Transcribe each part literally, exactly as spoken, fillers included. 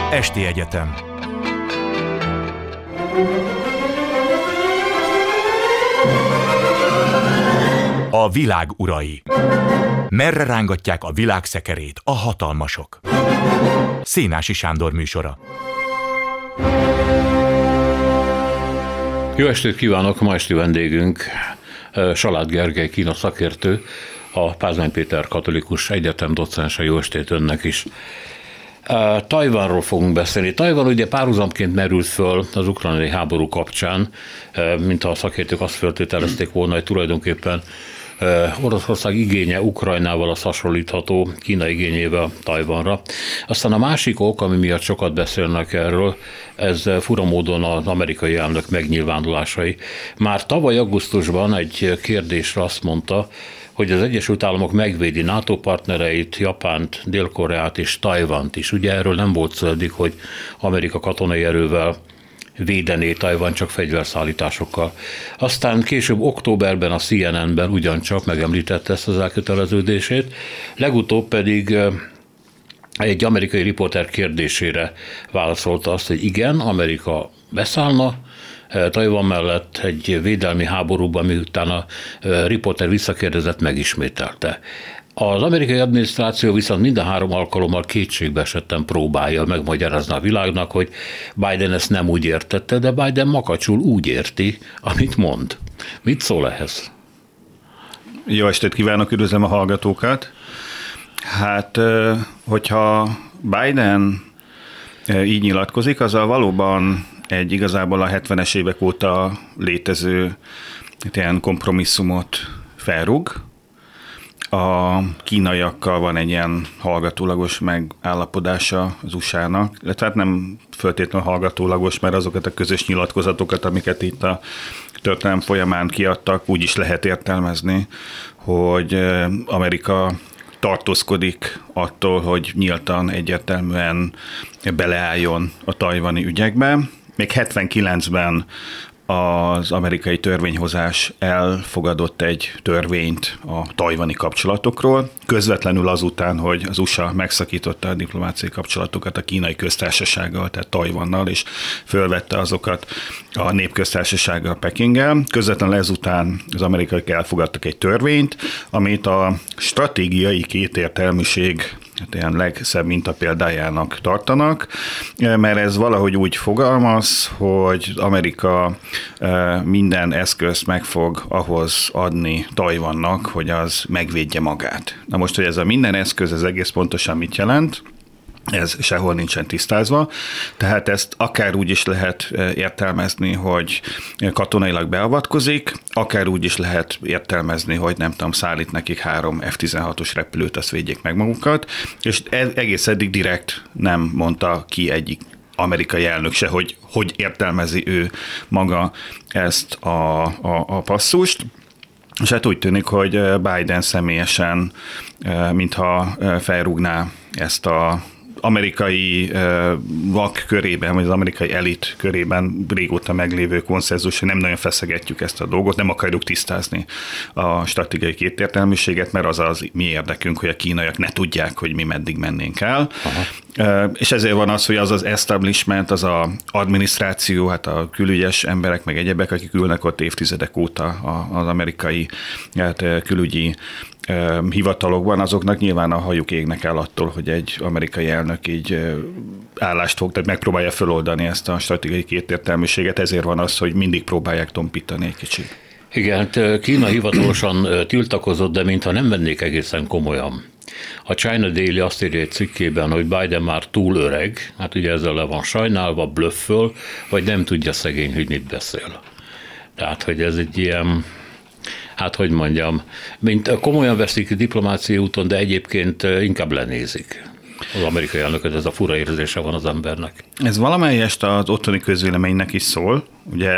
Esti Egyetem. A világ urai. Merre rángatják a világ szekerét a hatalmasok? Szénási Sándor műsora. Jó estét kívánok! Ma esti vendégünk Salád Gergely Kína szakértő, a Pázmány Péter Katolikus Egyetem docense. Jó estét önnek is! Tajvanról fogunk beszélni. Tajvan ugye párhuzamként merült föl az ukrajnai háború kapcsán, mintha a szakértők azt feltételezték volna, hogy tulajdonképpen Oroszország igénye Ukrajnával az hasonlítható Kína igényével Tajvanra. Aztán a másik ok, ami miatt sokat beszélnek erről, ez fura módon az amerikai elnök megnyilvánulásai. Már tavaly augusztusban egy kérdésre azt mondta, hogy az Egyesült Államok megvédi NATO partnereit, Japánt, Dél-Koreát és Tajvant is. Ugye erről nem volt szó eddig, hogy Amerika katonai erővel védené Tajvan csak fegyverszállításokkal. Aztán később októberben a C N N-ben ugyancsak megemlítette ezt az elköteleződését, legutóbb pedig egy amerikai riporter kérdésére válaszolta azt, hogy igen, Amerika beszállna Tajvan mellett egy védelmi háborúban, miután a riporter visszakérdezett, megismételte. Az amerikai adminisztráció viszont mind a három alkalommal kétségbe esetten próbálja megmagyarázni a világnak, hogy Biden ezt nem úgy értette, de Biden makacsul úgy érti, amit mond. Mit szól ehhez? Jó estét kívánok, üdvözlöm a hallgatókat. Hát, hogyha Biden így nyilatkozik, azzal valóban egy igazából a hetvenes évek óta létező ilyen kompromisszumot felrúg. A kínaiakkal van egy ilyen hallgatólagos megállapodása az u es á-nak, tehát nem feltétlenül hallgatólagos, mert azokat a közös nyilatkozatokat, amiket itt a történelem folyamán kiadtak, úgy is lehet értelmezni, hogy Amerika tartózkodik attól, hogy nyíltan, egyértelműen beleálljon a tajvani ügyekbe. Még hetvenkilencben az amerikai törvényhozás elfogadott egy törvényt a tajvani kapcsolatokról, közvetlenül azután, hogy az u es á megszakította a diplomáciai kapcsolatokat a Kínai Köztársasággal, tehát Tajvannal, és fölvette azokat a Népköztársasággal, Pekinggel. Közvetlenül ezután az amerikaiak elfogadtak egy törvényt, amit a stratégiai kétértelműség hát ilyen legszebb mintapéldájának tartanak, mert ez valahogy úgy fogalmaz, hogy Amerika minden eszközt meg fog ahhoz adni Tajvannak, hogy az megvédje magát. Na most, hogy ez a minden eszköz, ez egész pontosan mit jelent? Ez sehol nincsen tisztázva, tehát ezt akár úgy is lehet értelmezni, hogy katonailag beavatkozik, akár úgy is lehet értelmezni, hogy nem tudom, szállít nekik három F tizenhatos repülőt, azt védjék meg magukat, és egész eddig direkt nem mondta ki egyik amerikai elnök se, hogy hogy értelmezi ő maga ezt a, a, a passzust. És hát úgy tűnik, hogy Biden személyesen, mintha felrúgná ezt a amerikai vak körében, vagy az amerikai elit körében régóta meglévő konszenzus, hogy nem nagyon feszegetjük ezt a dolgot, nem akarjuk tisztázni a stratégiai kétértelműséget, mert az az mi érdekünk, hogy a kínaiak ne tudják, hogy mi meddig mennénk el. Aha. És ezért van az, hogy az az establishment, az az adminisztráció, hát a külügyes emberek, meg egyebek, akik ülnek ott évtizedek óta az amerikai hát, külügyi hivatalokban, azoknak nyilván a hajuk égnek el attól, hogy egy amerikai elnök így állást fog, tehát megpróbálja feloldani ezt a stratégiai kétértelműséget, ezért van az, hogy mindig próbálják tompítani egy kicsit. Igen, Kína hivatalosan tiltakozott, de mintha nem vennék egészen komolyan. A China Daily azt írja egy cikkében, hogy Biden már túl öreg, hát ugye ezzel le van sajnálva, blöfföl, vagy nem tudja szegény, hogy mit beszél. Tehát, hogy ez egy ilyen, hát hogy mondjam, mint komolyan veszik diplomáciai úton, de egyébként inkább lenézik. Az amerikai elnököt, ez a fura érzése van az embernek. Ez valamelyest az otthoni közvéleménynek is szól. Ugye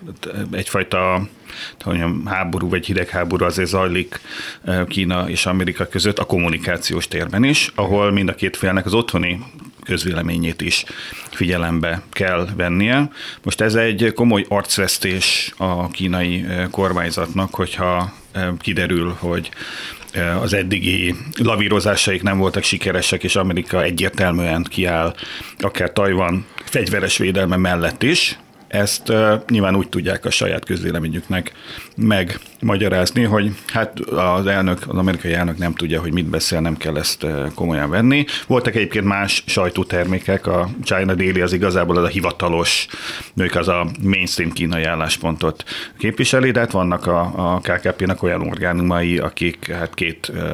egyfajta mondjam, háború vagy hidegháború azért zajlik Kína és Amerika között a kommunikációs térben is, ahol mind a két félnek az otthoni közvéleményét is figyelembe kell vennie. Most ez egy komoly arcvesztés a kínai kormányzatnak, hogyha kiderül, hogy az eddigi lavírozásaik nem voltak sikeresek, és Amerika egyértelműen kiáll akár Tajvan fegyveres védelme mellett is. Ezt uh, nyilván úgy tudják a saját közvéleményüknek megmagyarázni, hogy hát az elnök, az amerikai elnök nem tudja, hogy mit beszél, nem kell ezt uh, komolyan venni. Voltak egyébként más sajtótermékek, a China Daily az igazából az a hivatalos, ők az a mainstream kínai álláspontot képviseli, de hát vannak a, a ká ká pé-nak olyan orgánumai, akik hát két uh,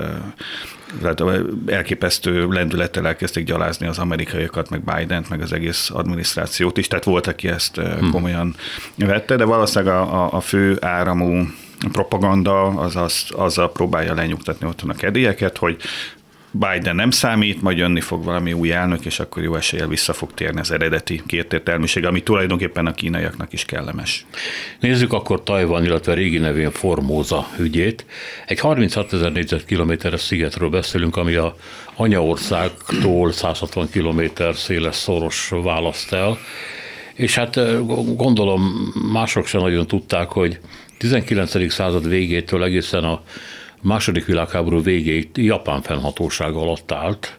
elképesztő lendülettel elkezdték gyalázni az amerikaiakat, meg Bident, meg az egész adminisztrációt is, tehát volt, aki ezt komolyan vette, de valószínűleg a, a fő áramú propaganda az, az azzal próbálja lenyugtatni otthon a kedélyeket, hogy Biden nem számít, majd jönni fog valami új elnök, és akkor jó eséllyel vissza fog térni az eredeti kétértelműség, ami tulajdonképpen a kínaiaknak is kellemes. Nézzük akkor Tajvan, illetve régi nevén Formosa ügyét. Egy harminchat négyzetkilométeres szigetről beszélünk, ami a anyaországtól száz hatvan kilométer széles szoros választ el, és hát gondolom mások sem nagyon tudták, hogy tizenkilencedik század végétől egészen a második világháború végéig Japán fennhatóság alatt állt,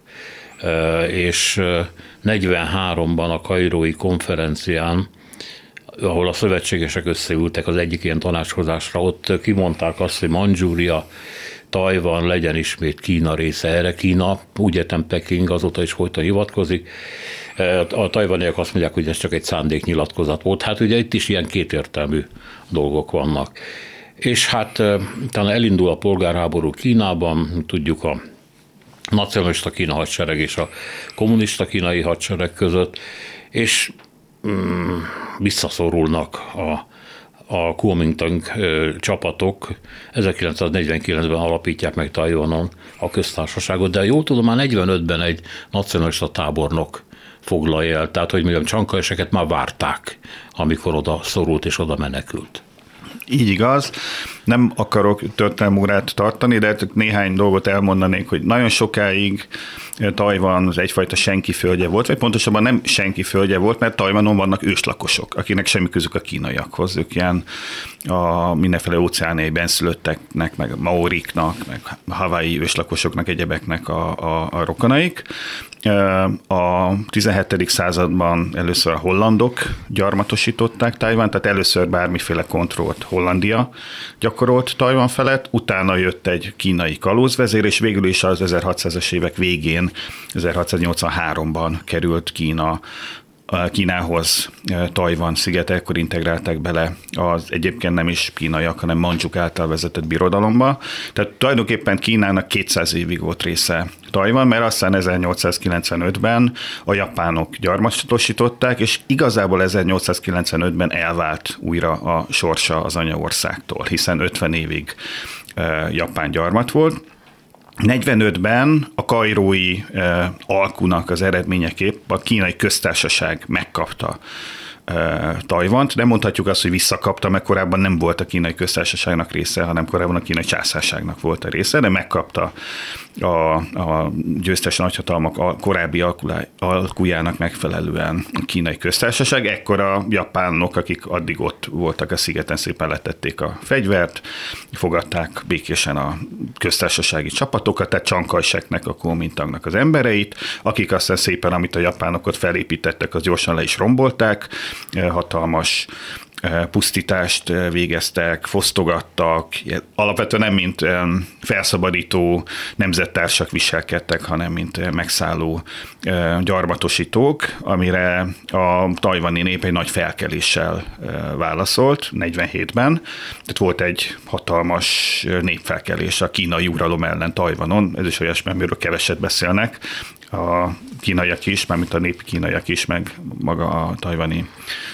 és negyvenháromban a kairói konferencián, ahol a szövetségesek összeültek az egyik ilyen tanácskozásra, ott kimondták azt, hogy Mandzsúria, Tajvan legyen ismét Kína része. Erre Kína, úgy értem Peking azóta is folyton hivatkozik. A tajvaniak azt mondják, hogy ez csak egy szándéknyilatkozat volt. Hát ugye itt is ilyen kétértelmű dolgok vannak. És hát utána elindul a polgárháború Kínában, tudjuk a nacionalista Kína hadsereg és a kommunista kínai hadsereg között, és mm, visszaszorulnak a, a Kuomintang csapatok. ezerkilencszáznegyvenkilencben alapítják meg Tajvanon a köztársaságot, de jól tudom, már negyvenötben egy nacionalista tábornok foglalja el, tehát hogy mondjam, Chiang Kai-sheket már várták, amikor oda szorult és oda menekült. Így igaz, nem akarok történelmórát tartani, de néhány dolgot elmondanék, hogy nagyon sokáig Tajvan az egyfajta senki földje volt, vagy pontosabban nem senki földje volt, mert Tajvanon vannak őslakosok, akinek semmi közük a kínaiakhoz. Ők ilyen a mindenféle óceániai benszülötteknek, meg maoriknak, meg hawaii őslakosoknak, egyebeknek a, a, a rokonaik. A tizenhetedik században először a hollandok gyarmatosították Tajvan, tehát először bármiféle kontrollt Hollandia gyakorolt Tajvan felett, utána jött egy kínai kalózvezér, és végül is az ezerhatszázas évek végén, ezerhatszáznyolcvanháromban került Kína Kínához Tajvan szigete, ekkor integrálták bele az egyébként nem is kínaiak, hanem mandzsuk által vezetett birodalomba. Tehát tulajdonképpen Kínának kétszáz évig volt része Tajvan, mert aztán ezernyolcszázkilencvenötben a japánok gyarmatosították, és igazából ezernyolcszázkilencvenötben elvált újra a sorsa az anyaországtól, hiszen ötven évig japán gyarmat volt. negyvenötben a kairói eh, alkunak az eredményeképp a kínai köztársaság megkapta eh, Tajvant. Nem mondhatjuk azt, hogy visszakapta, mert korábban nem volt a kínai köztársaságnak része, hanem korábban a kínai császárságnak volt a része, de megkapta a, a győztes nagyhatalmak a korábbi alkulá, alkujának megfelelően a kínai köztársaság. Ekkor a japánok, akik addig ott voltak a szigeten, szépen letették a fegyvert, fogadták békésen a köztársasági csapatokat, tehát Chiang Kai-sheknek, a Kuomintangnak az embereit, akik aztán szépen, amit a japánok ott felépítettek, az gyorsan le is rombolták, hatalmas pusztítást végeztek, fosztogattak, alapvetően nem mint felszabadító nemzettársak viselkedtek, hanem mint megszálló gyarmatosítók, amire a tajvani nép egy nagy felkeléssel válaszolt negyvenhétben. Tehát volt egy hatalmas népfelkelés a kínai uralom ellen Tajvanon, ez is olyasmi, amiről keveset beszélnek, a kínaiak is, mármint a nép kínaiak is, meg maga a tajvani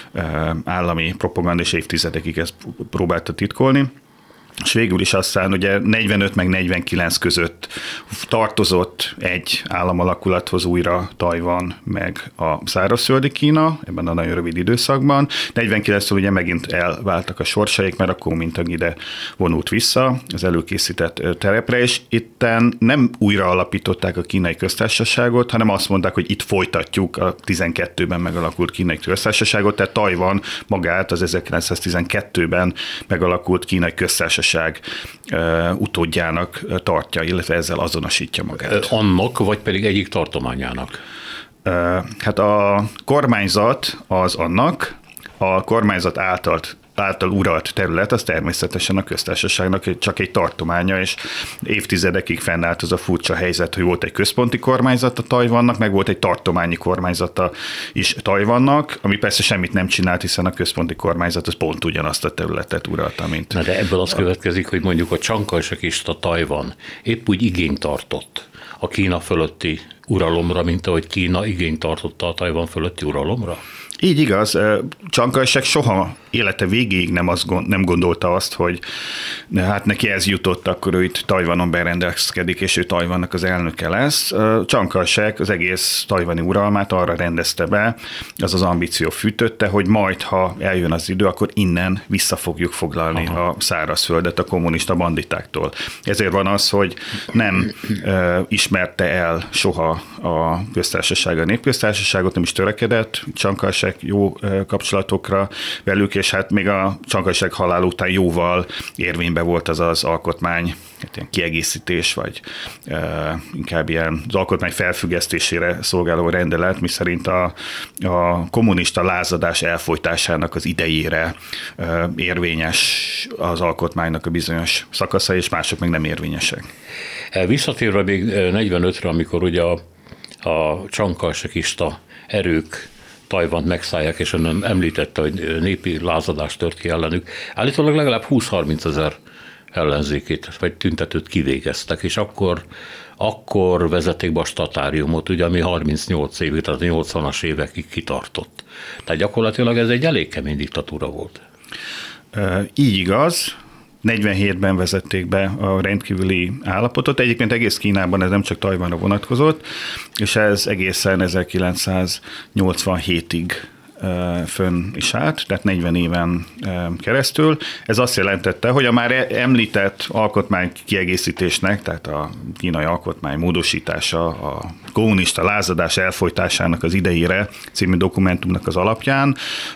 állami propaganda és évtizedekig ezt próbálta titkolni. És végül is aztán ugye negyvenöt meg negyvenkilenc között tartozott egy államalakulathoz újra Tajvan meg a szárazföldi Kína, ebben a nagyon rövid időszakban. negyvenkilenctől ugye megint elváltak a sorsaik, mert a Kuomintang ide vonult vissza az előkészített terepre, és itten nem újra alapították a kínai köztársaságot, hanem azt mondták, hogy itt folytatjuk a tizenkettőben megalakult kínai köztársaságot, tehát Tajvan magát az ezerkilencszáztizenkettőben megalakult kínai köztársaság köztársaság utódjának tartja, illetve ezzel azonosítja magát. Annak, vagy pedig egyik tartományának? Hát a kormányzat az annak, a kormányzat által által uralt terület, az természetesen a köztársaságnak csak egy tartománya, és évtizedekig fennállt az a furcsa helyzet, hogy volt egy központi kormányzata Tajvannak, meg volt egy tartományi kormányzata is Tajvannak, ami persze semmit nem csinált, hiszen a központi kormányzat az pont ugyanazt a területet uralta, mint... Na de ebből az következik, hogy mondjuk a csankajsekista Tajvan épp úgy igényt tartott a Kína fölötti uralomra, mint ahogy Kína igényt tartotta a Tajvan fölötti uralomra? Így igaz, Chiang Kai-shek soha élete végéig nem, azt gond, nem gondolta azt, hogy hát neki ez jutott, akkor ő itt Tajvanon berendezkedik, és ő Tajvannak az elnöke lesz. Chiang Kai-shek az egész tajvani uralmát arra rendezte be, az az ambíció fűtötte, hogy majd, ha eljön az idő, akkor innen vissza fogjuk foglalni Aha. a szárazföldet a kommunista banditáktól. Ezért van az, hogy nem uh, ismerte el soha a köztársaság, a népköztársaságot, nem is törekedett Chiang Kai-shek jó kapcsolatokra velük, és hát még a Chiang Kai-shek halál után jóval érvényben volt az az alkotmány, hát ilyen kiegészítés, vagy uh, inkább ilyen az alkotmány felfüggesztésére szolgáló rendelet, miszerint a, a kommunista lázadás elfolytásának az idejére uh, érvényes az alkotmánynak a bizonyos szakasza, és mások meg nem érvényesek. Visszatérve még negyvenötre, amikor ugye a, a Chiang Kai-shekista erők Tajvant megszállják, és ön említette, hogy népi lázadás tört ki ellenük. Állítólag legalább húsz-harminc ezer ellenzékét, vagy tüntetőt kivégeztek, és akkor, akkor vezették be a statáriumot, ugye, ami harmincnyolc évig, tehát nyolcvanas évekig kitartott. Tehát gyakorlatilag ez egy elég kemény diktatúra volt. Így igaz. negyvenhétben vezették be a rendkívüli állapotot. Egyébként egész Kínában ez nem csak Tajvanra vonatkozott, és ez egészen ezerkilencszáznyolcvanhétig fönn is állt, tehát negyven éven keresztül. Ez azt jelentette, hogy a már említett alkotmány kiegészítésnek, tehát a kínai alkotmány módosítása, a kommunista lázadás elfolytásának az idejére című dokumentumnak az alapján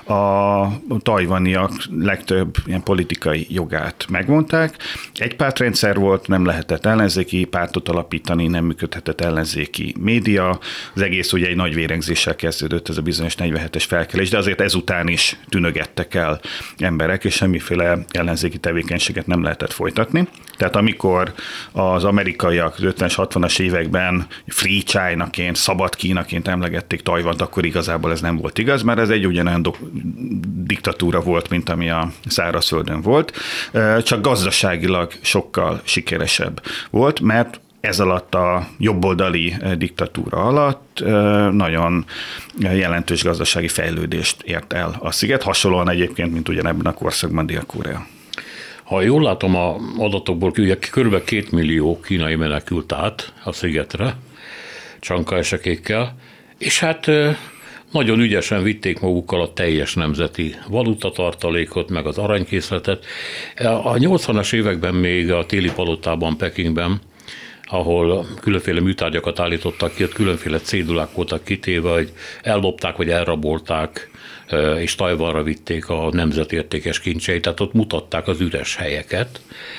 a tajvaniak legtöbb ilyen politikai jogát megvonták. Egy pártrendszer volt, nem lehetett ellenzéki pártot alapítani, nem működhetett ellenzéki média. Az egész ugye egy nagy vérengzéssel kezdődött, ez a bizonyos negyvenhetes felkelés, de azért ezután is tűnögettek el emberek, és semmiféle ellenzéki tevékenységet nem lehetett folytatni. Tehát amikor az amerikaiak az ötvenes, hatvanas években free China-ként, szabad Kínaként emlegették Tajvant, akkor igazából ez nem volt igaz, mert ez egy ugyanolyan do- diktatúra volt, mint ami a szárazföldön volt, csak gazdaságilag sokkal sikeresebb volt, mert ez alatt a jobboldali diktatúra alatt nagyon jelentős gazdasági fejlődést ért el a sziget, hasonlóan egyébként, mint ugyanebben a korszakban Dél-Korea. Ha jól látom a adatokból, ugye kb. két millió kínai menekült át a szigetre, Chiang Kai-shekékkel, és hát nagyon ügyesen vitték magukkal a teljes nemzeti valutatartalékot, meg az aranykészletet. A nyolcvanas években még a Téli palotában, Pekingben, ahol különféle műtárgyakat állítottak ki, ott különféle cédulák voltak kitéve, hogy ellopták, vagy elrabolták, és Tajvanra vitték a nemzetértékes kincseit, tehát ott mutatták az üres helyeket,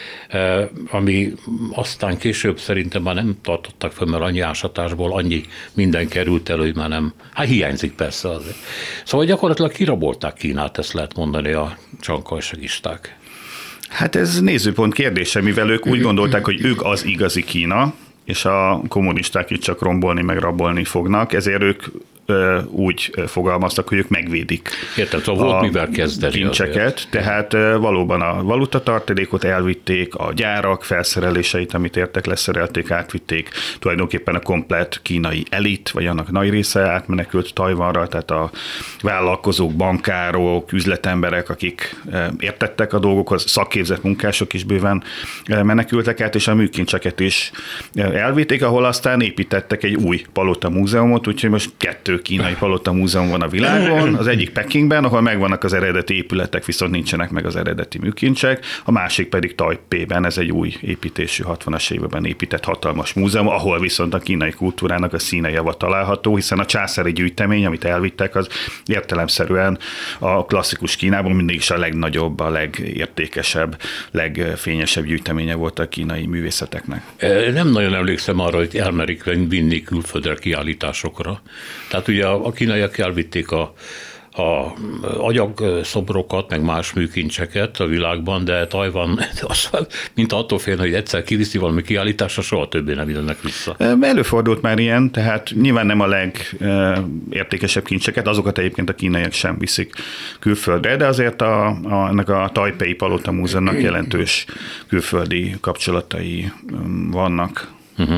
ami aztán később szerintem már nem tartottak fel, mert annyi ásatásból annyi minden került elő, hogy már nem, hát hiányzik persze azért. Szóval gyakorlatilag kirabolták Kínát, ezt lehet mondani a Chiang Kai-shekisták. Hát ez nézőpont kérdése, mivel ők úgy gondolták, hogy ők az igazi Kína, és a kommunisták itt csak rombolni, meg rabolni fognak, ezért ők úgy fogalmaztak, hogy ők megvédik Értem, szóval volt mivel kezdeni kincseket, azért. Tehát valóban a valutatartalékot elvitték, a gyárak felszereléseit, amit értek, leszerelték, átvitték, tulajdonképpen a komplett kínai elit, vagy annak nagy része átmenekült Tajvanra, tehát a vállalkozók, bankárok, üzletemberek, akik értettek a dolgokhoz, szakképzett munkások is bőven menekültek át, és a műkincseket is elvitték, ahol aztán építettek egy új palota múzeumot, úgyhogy most kettő létező kínai palota múzeum van a világon, az egyik Pekingben, ahol megvannak az eredeti épületek, viszont nincsenek meg az eredeti műkincsek, a másik pedig Tajpében, ez egy új építésű hatvanas években épített hatalmas múzeum, ahol viszont a kínai kultúrának a színejava található, hiszen a császári gyűjtemény, amit elvittek, az értelemszerűen a klasszikus Kínában mindig is a legnagyobb, a legértékesebb, legfényesebb gyűjteménye volt a kínai művészeteknek. Nem nagyon emlékszem arra, hogy elmerik vinni külföldre kiállításokra. Tehát ugye a kínaiak elvitték a a agyagszobrokat, meg más műkincseket a világban, de Tajvan, mint attól félne, hogy egyszer kiviszi valami kiállításra, soha többé nem jönnek vissza. Előfordult már ilyen, tehát nyilván nem a legértékesebb kincseket, azokat egyébként a kínaiak sem viszik külföldre, de azért a, a, ennek a Tajpei Palota Múzeumnak jelentős külföldi kapcsolatai vannak. Uh-huh.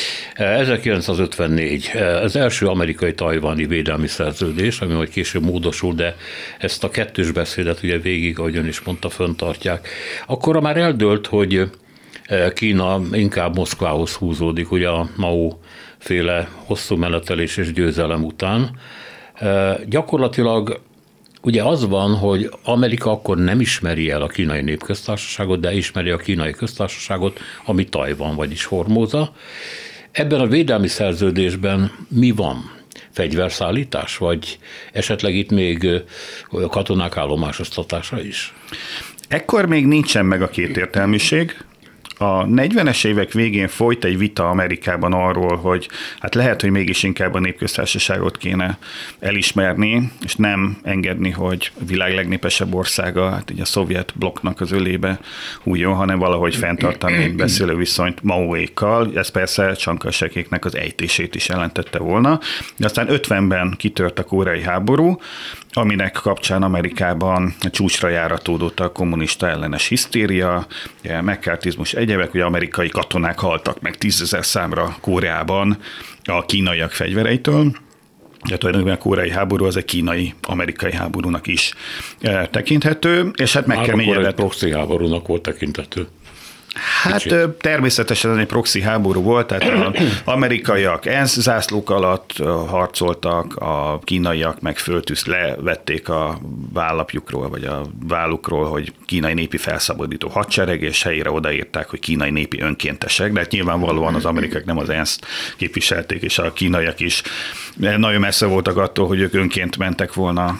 ezerkilencszázötvennégy az első amerikai-tajvani védelmi szerződés, ami majd később módosul, de ezt a kettős beszédet ugye végig, ahogy ön is mondta, föntartják. Akkora már eldőlt, hogy Kína inkább Moszkvához húzódik, ugye a Mao féle hosszú menetelés és győzelem után. Gyakorlatilag ugye az van, hogy Amerika akkor nem ismeri el a kínai népköztársaságot, de ismeri a kínai köztársaságot, ami Tajvan, vagyis Formosa. Ebben a védelmi szerződésben mi van? Fegyverszállítás, vagy esetleg itt még a katonák állomásoztatása is? Ekkor még nincsen meg a kétértelműség. A negyvenes évek végén folyt egy vita Amerikában arról, hogy hát lehet, hogy mégis inkább a népköztársaságot kéne elismerni, és nem engedni, hogy a világ legnépesebb országa, hát így a szovjet blokknak az ölébe hújjon, hanem valahogy fenntartani egy beszélő viszonyt Maóékkal. Ez persze Csankarsekéknek az ejtését is jelentette volna. De aztán ötvenben kitört a koreai háború, aminek kapcsán Amerikában csúcsra járatódott a kommunista ellenes hisztéria, megkártizmus, egyebek, hogy amerikai katonák haltak meg tízezer számra Koreában a kínaiak fegyvereitől. De tulajdonképpen a koreai háború az egy kínai-amerikai háborúnak is tekinthető, és hát megkeményedett. Már proxy háborúnak volt tekinthető. Hát kicsit. Természetesen egy proxy háború volt, tehát az amerikaiak ENSZ zászlók alatt harcoltak, a kínaiak meg föltűzt, levették a vállapjukról, vagy a vállukról, hogy kínai népi felszabadító hadsereg, és helyére odaírták, hogy kínai népi önkéntesek, de hát nyilvánvalóan az amerikaiak nem az ENSZ-t képviselték, és a kínaiak is nagyon messze voltak attól, hogy ők önként mentek volna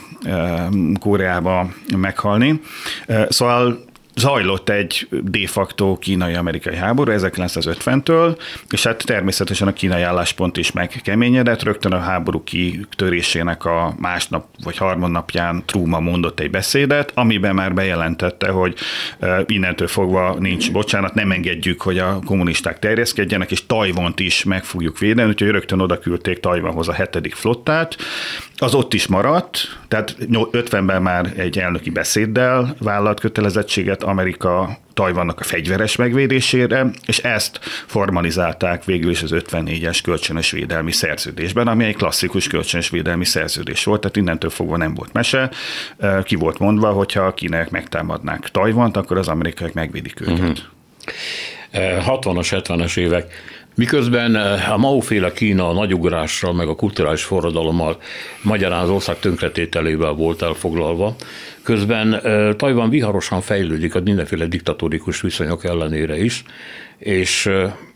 Koreába meghalni. Szóval zajlott egy de facto kínai-amerikai háború ezerkilencszázötventől, és hát természetesen a kínai álláspont is megkeményedett. Rögtön a háború kitörésének a másnap vagy harmadnapján Truman mondott egy beszédet, amiben már bejelentette, hogy innentől fogva nincs bocsánat, nem engedjük, hogy a kommunisták terjeszkedjenek, és Tajvant is meg fogjuk védeni, úgyhogy rögtön oda küldték Tajvanhoz a hetedik flottát. Az ott is maradt, tehát ötvenben már egy elnöki beszéddel vállalt kötelezettséget Amerika Tajvannak a fegyveres megvédésére, és ezt formalizálták végül is az ötvennégyes kölcsönös védelmi szerződésben, ami egy klasszikus kölcsönös védelmi szerződés volt, tehát innentől fogva nem volt mese. Ki volt mondva, hogyha a kínaiak megtámadnák Tajvant, akkor az amerikaiak megvédik őket. Uh-huh. hatvanas, hetvenes évek. Miközben a Mao-féle Kína a nagyugrással, meg a kulturális forradalommal, magyarán az ország tönkretételével volt elfoglalva, közben Tajvan viharosan fejlődik a mindenféle diktatórikus viszonyok ellenére is, és,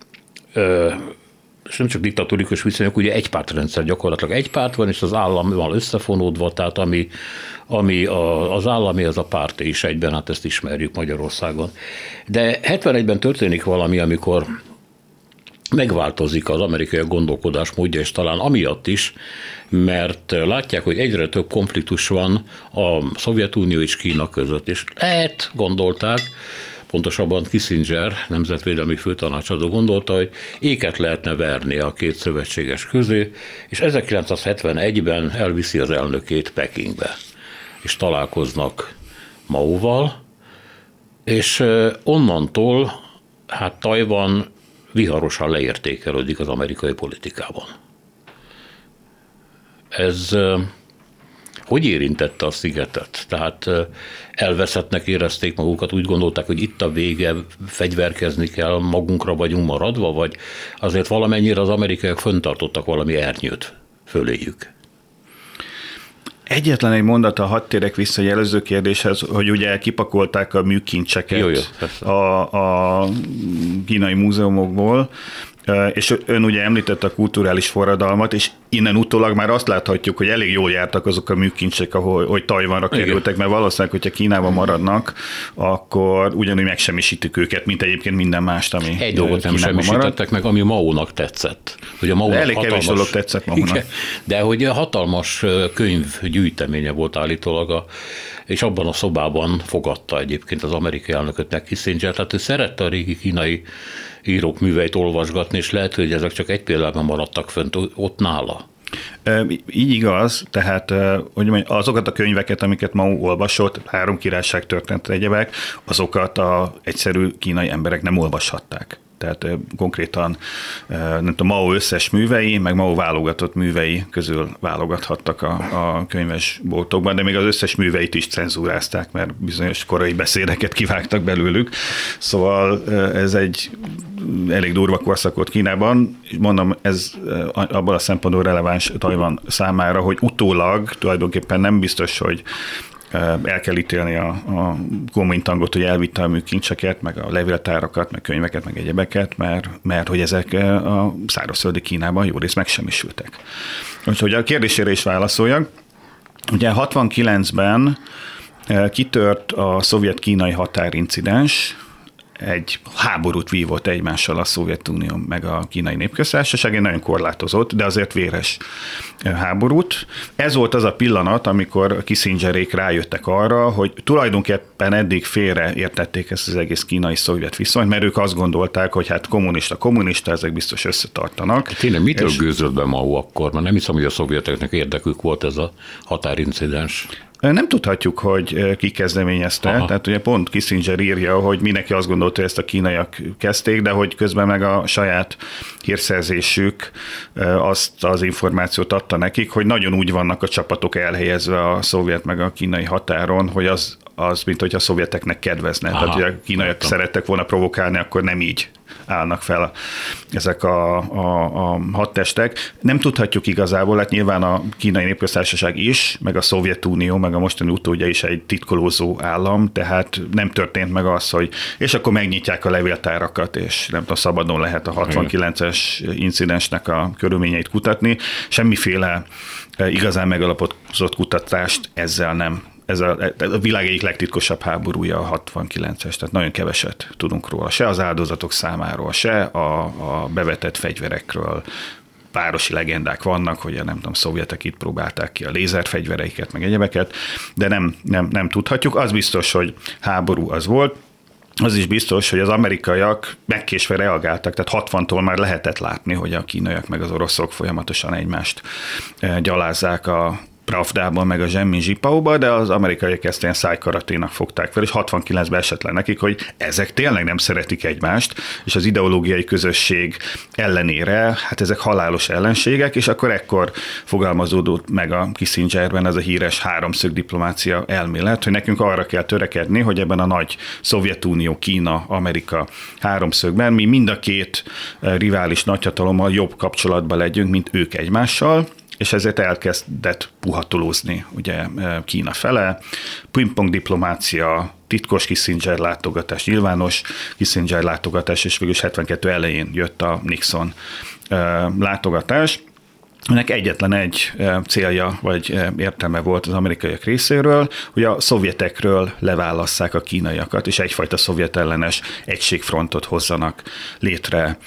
és nem csak diktatórikus viszonyok, ugye egypártrendszer gyakorlatilag. Egy párt van, és az állammal összefonódva, tehát ami, ami a, az állami, az a párt is egyben, hát ezt ismerjük Magyarországon. De hetvenegyben történik valami, amikor megváltozik az amerikai gondolkodásmódja, és talán amiatt is, mert látják, hogy egyre több konfliktus van a Szovjetunió és Kína között, és lehet, gondolták, pontosabban Kissinger, nemzetvédelmi főtanácsadó gondolta, hogy éket lehetne verni a két szövetséges közé, és ezerkilencszázhetvenegyben elviszi az elnökét Pekingbe, és találkoznak Maóval, és onnantól hát Tajvan viharosan leértékelődik az amerikai politikában. Ez hogy érintette a szigetet? Tehát elveszettnek érezték magukat, úgy gondolták, hogy itt a vége, fegyverkezni kell, magunkra vagyunk maradva, vagy azért valamennyire az amerikaiak fenntartottak valami ernyőt föléjük? Egyetlen egy mondata, hadd térek vissza a jelöző kérdéshez, hogy ugye kipakolták a műkincseket jó, jó, a, a kínai múzeumokból, és ön ugye említette a kulturális forradalmat, és innen utólag már azt láthatjuk, hogy elég jól jártak azok a műkincsek, ahol, hogy Tajvanra kerültek, mert valószínűleg, hogyha Kínában maradnak, akkor ugyanúgy megsemmisítik őket, mint egyébként minden mást, ami Egy dolgot nem semmisítettek meg, ami Maónak tetszett. Hogy a Maónak elég hatalmas, kevés dolog tetszett Maónak. Igen, de hogy hatalmas könyvgyűjteménye volt állítólag, a, és abban a szobában fogadta egyébként az amerikai elnököt meg Kissinger, tehát ő szerette a régi kínai írók műveit olvasgatni, és lehet, hogy ezek csak egy példában maradtak fönt ott nála. Így igaz, tehát hogy mondjam, azokat a könyveket, amiket ma olvasott, Három királyság történet egyebek, azokat az egyszerű kínai emberek nem olvashatták. Tehát konkrétan nem tudom, Mao összes művei, meg Mao válogatott művei közül válogathattak a, a könyvesboltokban, de még az összes műveit is cenzúrázták, mert bizonyos korai beszédeket kivágtak belőlük. Szóval ez egy elég durva korszak volt Kínában. Mondom, ez abban a szempontból releváns Tajvan számára, hogy utólag tulajdonképpen nem biztos, hogy el kell ítélni a, a Kuomintangot, hogy elvitte a műkincseket, meg a levéltárakat, meg könyveket, meg egyebeket, mert, mert hogy ezek a szárazföldi Kínában jó rész megsemmisültek. Úgyhogy a kérdésére is válaszoljak. Ugye hatvankilencben kitört a szovjet-kínai határincidens, egy háborút vívott egymással a Szovjetunió meg a Kínai Népköztársaság, egy nagyon korlátozott, de azért véres háborút. Ez volt az a pillanat, amikor a Kissingerék rájöttek arra, hogy tulajdonképpen eddig félre értették ezt az egész kínai-szovjet viszonyt, mert ők azt gondolták, hogy hát kommunista-kommunista, ezek biztos összetartanak. Tényleg mitől gőzött be Mao akkor? Mert nem hiszem, hogy a szovjeteknek érdekük volt ez a határincidens. Nem tudhatjuk, hogy ki kezdeményezte, Aha. tehát ugye pont Kissinger írja, hogy mindenki azt gondolta, hogy ezt a kínaiak kezdték, de hogy közben meg a saját hírszerzésük azt az információt adta nekik, hogy nagyon úgy vannak a csapatok elhelyezve a szovjet meg a kínai határon, hogy az, az mint hogy a szovjeteknek kedvezne. Aha. Tehát, hogy a kínaiak Aha. szerettek volna provokálni, akkor nem így állnak fel ezek a, a, a hadtestek. Nem tudhatjuk igazából, hát nyilván a Kínai Népköztársaság is, meg a Szovjetunió, meg a mostani utódja is egy titkolózó állam, tehát nem történt meg az, hogy és akkor megnyitják a levéltárakat, és nem tudom, szabadon lehet a hatvankilences incidensnek a körülményeit kutatni. Semmiféle igazán megalapozott kutatást ezzel nem. Ez a, a világ egyik legtitkosabb háborúja a hatvankilences, tehát nagyon keveset tudunk róla, se az áldozatok számáról, se a, a bevetett fegyverekről. Városi legendák vannak, hogy a nem tudom, szovjetek itt próbálták ki a lézerfegyvereiket, meg egyebeket, de nem, nem, nem tudhatjuk. Az biztos, hogy háború az volt. Az is biztos, hogy az amerikaiak megkésve reagáltak, tehát hatvantól már lehetett látni, hogy a kínaiak meg az oroszok folyamatosan egymást gyalázzák a Pravdában, meg a Zsemmi Zsipauba, de az amerikaiak ezt ilyen szájkaraténak fogták fel, és hatvankilencben esett le nekik, hogy ezek tényleg nem szeretik egymást, és az ideológiai közösség ellenére, hát ezek halálos ellenségek, és akkor ekkor fogalmazódott meg a Kissingerben ez a híres háromszög diplomácia elmélet, hogy nekünk arra kell törekedni, hogy ebben a nagy Szovjetunió, Kína, Amerika háromszögben mi mind a két rivális nagyhatalommal jobb kapcsolatban legyünk, mint ők egymással, és ezért elkezdett puhatolózni ugye Kína fele, pingpong diplomácia, titkos Kissinger látogatás, nyilvános Kissinger látogatás, és végül hetvenkettő elején jött a Nixon látogatás. Ennek egyetlen egy célja vagy értelme volt az amerikaiak részéről, hogy a szovjetekről leválasszák a kínaiakat, és egyfajta szovjet ellenes egységfrontot hozzanak létre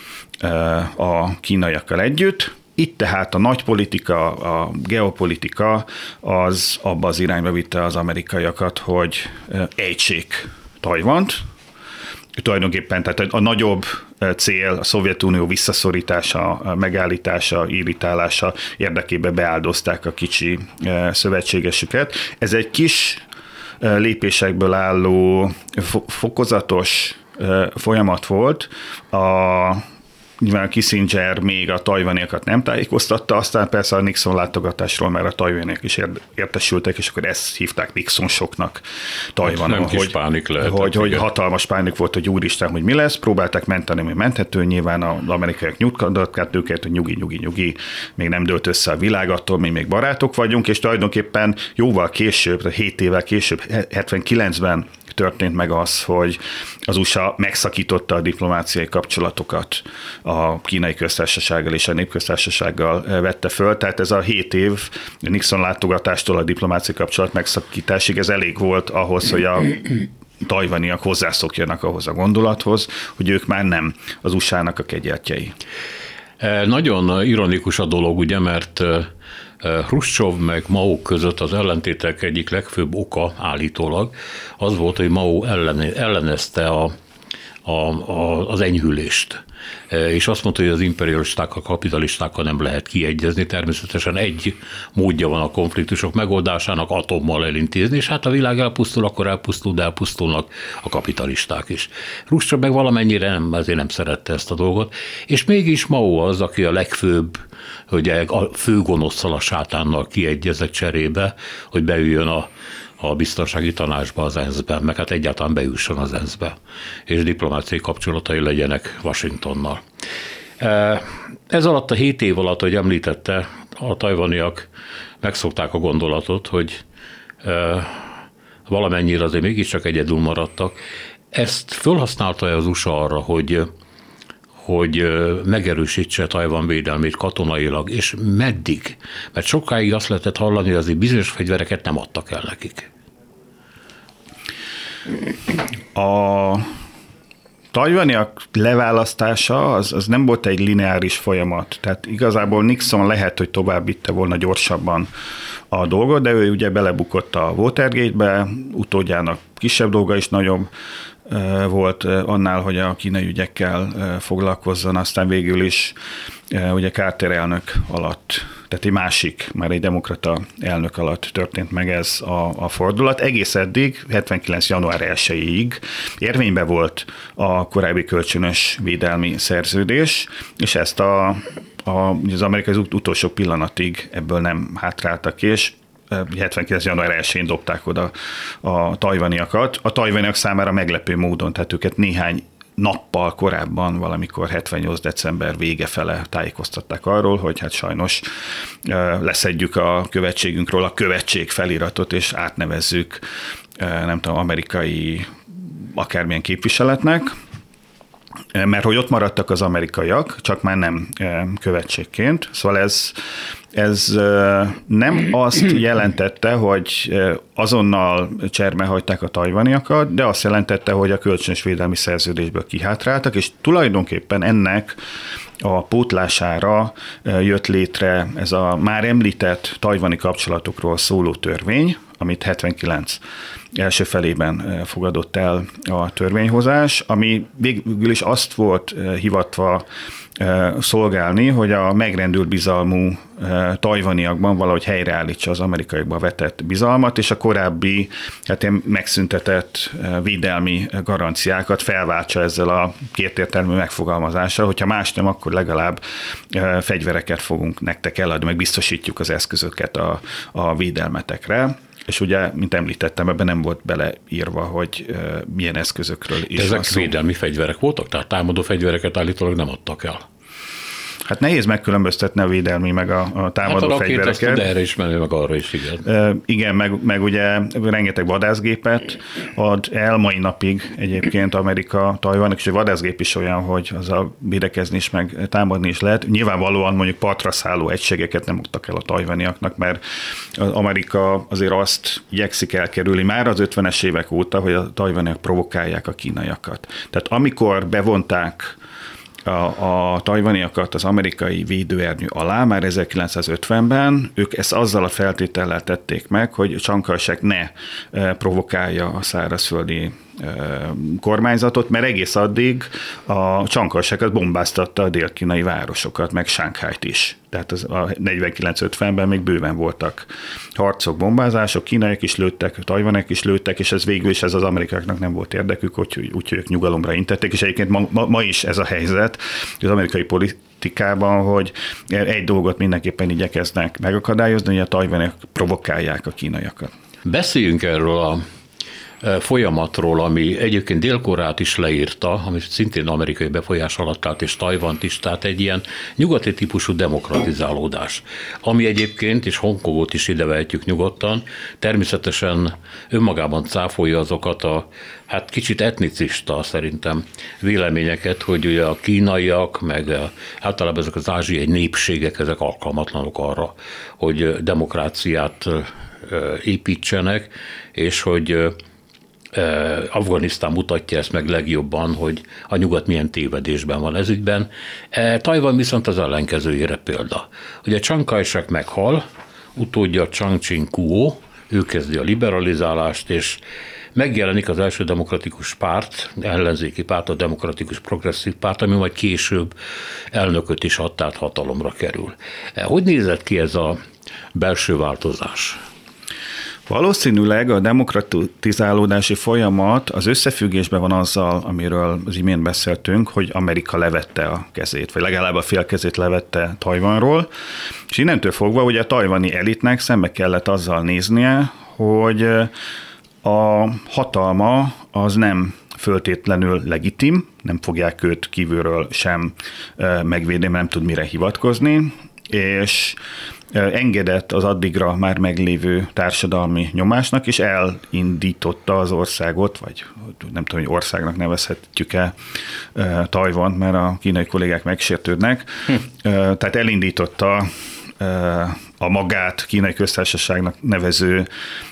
a kínaiakkal együtt. Itt tehát a nagypolitika, a geopolitika az abba az irányba vitte az amerikaiakat, hogy ejtsék Tajvant. Tulajdonképpen tehát a nagyobb cél a Szovjetunió visszaszorítása, megállítása, irritálása érdekében beáldozták a kicsi szövetségesüket. Ez egy kis lépésekből álló fokozatos folyamat volt. A nyilván Kissinger még a tajvaniakat nem tájékoztatta, aztán persze a Nixon látogatásról már a tajvaniak is értesültek, és akkor ezt hívták Nixon soknak Tajvanon. Nem kis pánik lehetett, hogy, hogy hatalmas pánik volt, hogy úristen, hogy mi lesz, próbálták menteni, ami menthető, nyilván az amerikaiak nyugtatták őket, hogy nyugi, nyugi, nyugi, még nem dőlt össze a világ, attól mi még barátok vagyunk, és tulajdonképpen jóval később, hét évvel később, hetvenkilencben történt meg az, hogy az u es á megszakította a diplomáciai kapcsolatokat a Kínai Köztársasággal és a Népköztársasággal vette föl. Tehát ez a hét év Nixon látogatástól a diplomáciai kapcsolat megszakításig, ez elég volt ahhoz, hogy a tajvaniak hozzászokjanak ahhoz a gondolathoz, hogy ők már nem az u es á-nak a kegyeltjei. Nagyon ironikus a dolog, ugye, mert Hruscsov meg Mao között az ellentétek egyik legfőbb oka állítólag az volt, hogy Mao ellenezte a, a, a, az enyhülést. És azt mondta, hogy az imperialistákkal, kapitalistákkal nem lehet kiegyezni. Természetesen egy módja van a konfliktusok megoldásának, atommal elintézni, és hát a világ elpusztul, akkor elpusztul, de elpusztulnak a kapitalisták is. Hruscsov meg valamennyire nem, azért nem szerette ezt a dolgot, és mégis Mao az, aki a legfőbb, hogy a fő gonoszszal, a sátánnal kiegyezett cserébe, hogy beüljön a a biztonsági tanácsba, az ENSZ-ben, meg hát egyáltalán bejusson az ENSZ-be, és diplomáciai kapcsolatai legyenek Washingtonnal. Ez alatt a hét év alatt, hogy említette, a tajvaniak megszokták a gondolatot, hogy valamennyire azért mégiscsak egyedül maradtak. Ezt fölhasználta az u es á arra, hogy hogy megerősítse Tajvan védelmét katonailag, és meddig? Mert sokáig azt lehetett hallani, hogy azért bizonyos fegyvereket nem adtak el nekik. A tajvaniak leválasztása az, az nem volt egy lineáris folyamat. Tehát igazából Nixon lehet, hogy tovább vitte volna gyorsabban a dolgot, de ő ugye belebukott a Watergate-be, utódjának kisebb dolga is nagyobb volt annál, hogy a kínai ügyekkel foglalkozzon, aztán végül is ugye Carter elnök alatt, tehát egy másik, már egy demokrata elnök alatt történt meg ez a, a fordulat. Egész eddig, hetvenkilenc január elsejéig érvényben volt a korábbi kölcsönös védelmi szerződés, és ezt a, a, az amerikai utolsó pillanatig ebből nem hátráltak ki, és hetvenkilenc január elsején dobták oda a tajvaniakat. A tajvaniak számára meglepő módon, tehát őket néhány nappal korábban, valamikor hetvennyolc december vége fele tájékoztatták arról, hogy hát sajnos leszedjük a követségünkről a követség feliratot, és átnevezzük, nem tudom, amerikai akármilyen képviseletnek, mert hogy ott maradtak az amerikaiak, csak már nem követségként. Szóval ez, ez nem azt jelentette, hogy azonnal cserben hagyták a tajvaniakat, de azt jelentette, hogy a kölcsönös védelmi szerződésből kihátráltak, és tulajdonképpen ennek a pótlására jött létre ez a már említett tajvani kapcsolatokról szóló törvény, amit hetvenkilenc első felében fogadott el a törvényhozás, ami végül is azt volt hivatva szolgálni, hogy a megrendült bizalmú tajvaniakban valahogy helyreállítsa az amerikaiakba vetett bizalmat, és a korábbi hát ilyen megszüntetett védelmi garanciákat felváltsa ezzel a kétértelmű megfogalmazással, hogyha más nem, akkor legalább fegyvereket fogunk nektek eladni, meg biztosítjuk az eszközöket a, a védelmetekre. És ugye, mint említettem, ebben nem volt beleírva, hogy uh, milyen eszközökről is de ezek van szó. Védelmi fegyverek voltak? Tehát támadó fegyvereket állítólag nem adtak el? Hát nehéz megkülönböztetni a védelmi meg a, a támadó hát a fegyvereket. De erre is menő, meg arra is, igen. Uh, igen, meg, meg ugye rengeteg vadászgépet ad el mai napig egyébként Amerika Tajvannak, és a vadászgép is olyan, hogy azzal védekezni is, meg támadni is lehet. Nyilvánvalóan mondjuk partra szálló egységeket nem adtak el a tajvaniaknak, mert az Amerika azért azt igyekszik elkerülni már az ötvenes évek óta, hogy a tajvaniak provokálják a kínaiakat. Tehát amikor bevonták a, a tajvaniakat az amerikai védőernyő alá, már ezerkilencszázötvenben, ők ezt azzal a feltétellel tették meg, hogy Csiang Kai-shek ne provokálja a szárazföldi kormányzatot, mert egész addig a Csankarsákat bombáztatta a dél-kínai városokat, meg Sánkhájt is. Tehát az a negyvenkilenc ötvenben még bőven voltak harcok, bombázások, kínaiak is lőttek, tajvanek is lőttek, és ez végül is ez az amerikaiaknak nem volt érdekük, úgyhogy úgy, ők nyugalomra intették, és egyébként ma, ma, ma is ez a helyzet az amerikai politikában, hogy egy dolgot mindenképpen igyekeznek megakadályozni, hogy a tajvaniak provokálják a kínaiakat. Beszéljünk erről a folyamatról, ami egyébként Dél-Koreát is leírta, ami szintén amerikai befolyás alatt állt, és Tajvant is, tehát egy ilyen nyugati típusú demokratizálódás, ami egyébként, és Hongkongot is ide vehetjük nyugodtan, természetesen önmagában cáfolja azokat a hát kicsit etnicista szerintem véleményeket, hogy ugye a kínaiak, meg általában ezek az ázsiai népségek, ezek alkalmatlanok arra, hogy demokráciát építsenek, és hogy Afganisztán mutatja ezt meg legjobban, hogy a nyugat milyen tévedésben van ez ügyben. Tajvan viszont az ellenkezőjére példa. Ugye Chiang Kai-shek meghal, utódja Chiang Ching-kuo, ő kezdi a liberalizálást, és megjelenik az első demokratikus párt, ellenzéki párt, a demokratikus progresszív párt, ami majd később elnököt is ad, tehát hatalomra kerül. Hogy nézett ki ez a belső változás? Valószínűleg a demokratizálódási folyamat az összefüggésben van azzal, amiről az imént beszéltünk, hogy Amerika levette a kezét, vagy legalább a fél kezét levette Tajvanról, és innentől fogva ugye a tajvani elitnek szembe kellett azzal néznie, hogy a hatalma az nem föltétlenül legitim, nem fogják őt kívülről sem megvédeni, mert nem tud mire hivatkozni, és engedett az addigra már meglévő társadalmi nyomásnak, és elindította az országot, vagy nem tudom, hogy országnak nevezhetjük-e Tajvant, mert a kínai kollégák megsértődnek. Hm. Tehát elindította a magát kínai köztársaságnak nevező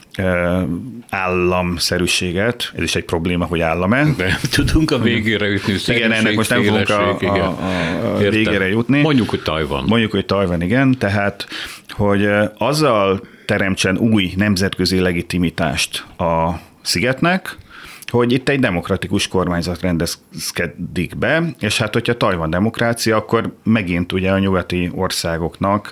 államszerűséget, ez is egy probléma, hogy állam-e. De tudunk a végére jutni. Igen, ennek most nem fogunk a, a, a végére jutni. Mondjuk, hogy Tajvan. Mondjuk, hogy Tajvan, igen. Tehát, hogy azzal teremtsen új nemzetközi legitimitást a szigetnek, hogy itt egy demokratikus kormányzat rendezkedik be, és hát, hogyha Tajvan demokrácia, akkor megint ugye a nyugati országoknak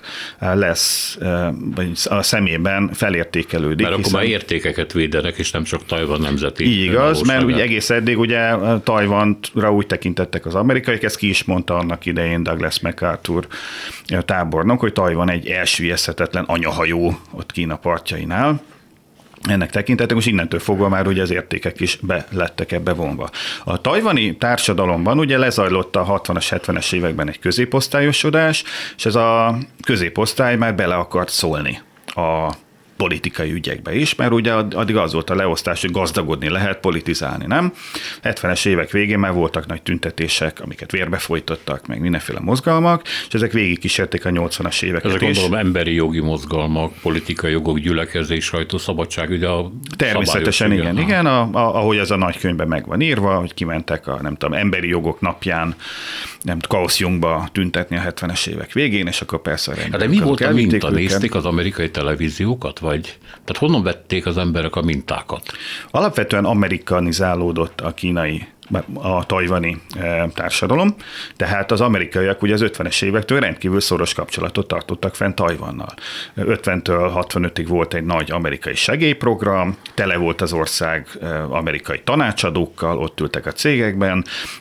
lesz, vagy a szemében felértékelődik. Mert akkor már értékeket védenek, és nem csak Tajvan nemzeti. Így igaz, mert ugye egész eddig ugye Tajvanra úgy tekintettek az amerikaiak, ezt ki is mondta annak idején Douglas MacArthur tábornok, hogy Tajvan egy elsüllyeszthetetlen anyahajó ott Kína partjainál. Ennek tekintettek, most innentől fogva már ugye az értékek is be lettek ebbe vonva. A tajvani társadalomban ugye lezajlott a hatvanas, hetvenes években egy középosztályosodás, és ez a középosztály már bele akart szólni a politikai ügyekbe is, mert ugye addig az volt a leosztás, hogy gazdagodni lehet, politizálni, nem? hetvenes évek végén már voltak nagy tüntetések, amiket vérbe folytottak, meg mindenféle mozgalmak, és ezek végig kísérték a nyolcvanas éveket ezek is. Gondolom emberi jogi mozgalmak, politikai jogok, gyülekezés, sajtószabadság, ugye a természetesen igen, igen, igen a, a, ahogy ez a nagykönyvben meg van írva, hogy kimentek a nem tudom, emberi jogok napján, nem Kaohsiungba tüntetni a hetvenes évek végén, és akkor persze a de mi volt a minta? Nézték az amerikai televíziókat? Vagy, tehát honnan vették az emberek a mintákat? Alapvetően amerikanizálódott a kínai, a tajvani társadalom, tehát az amerikaiak ugye az ötvenes évektől rendkívül szoros kapcsolatot tartottak fenn Tajvannal. ötventől hatvanötig volt egy nagy amerikai segélyprogram, tele volt az ország amerikai tanácsadókkal, ott ültek a cégekben,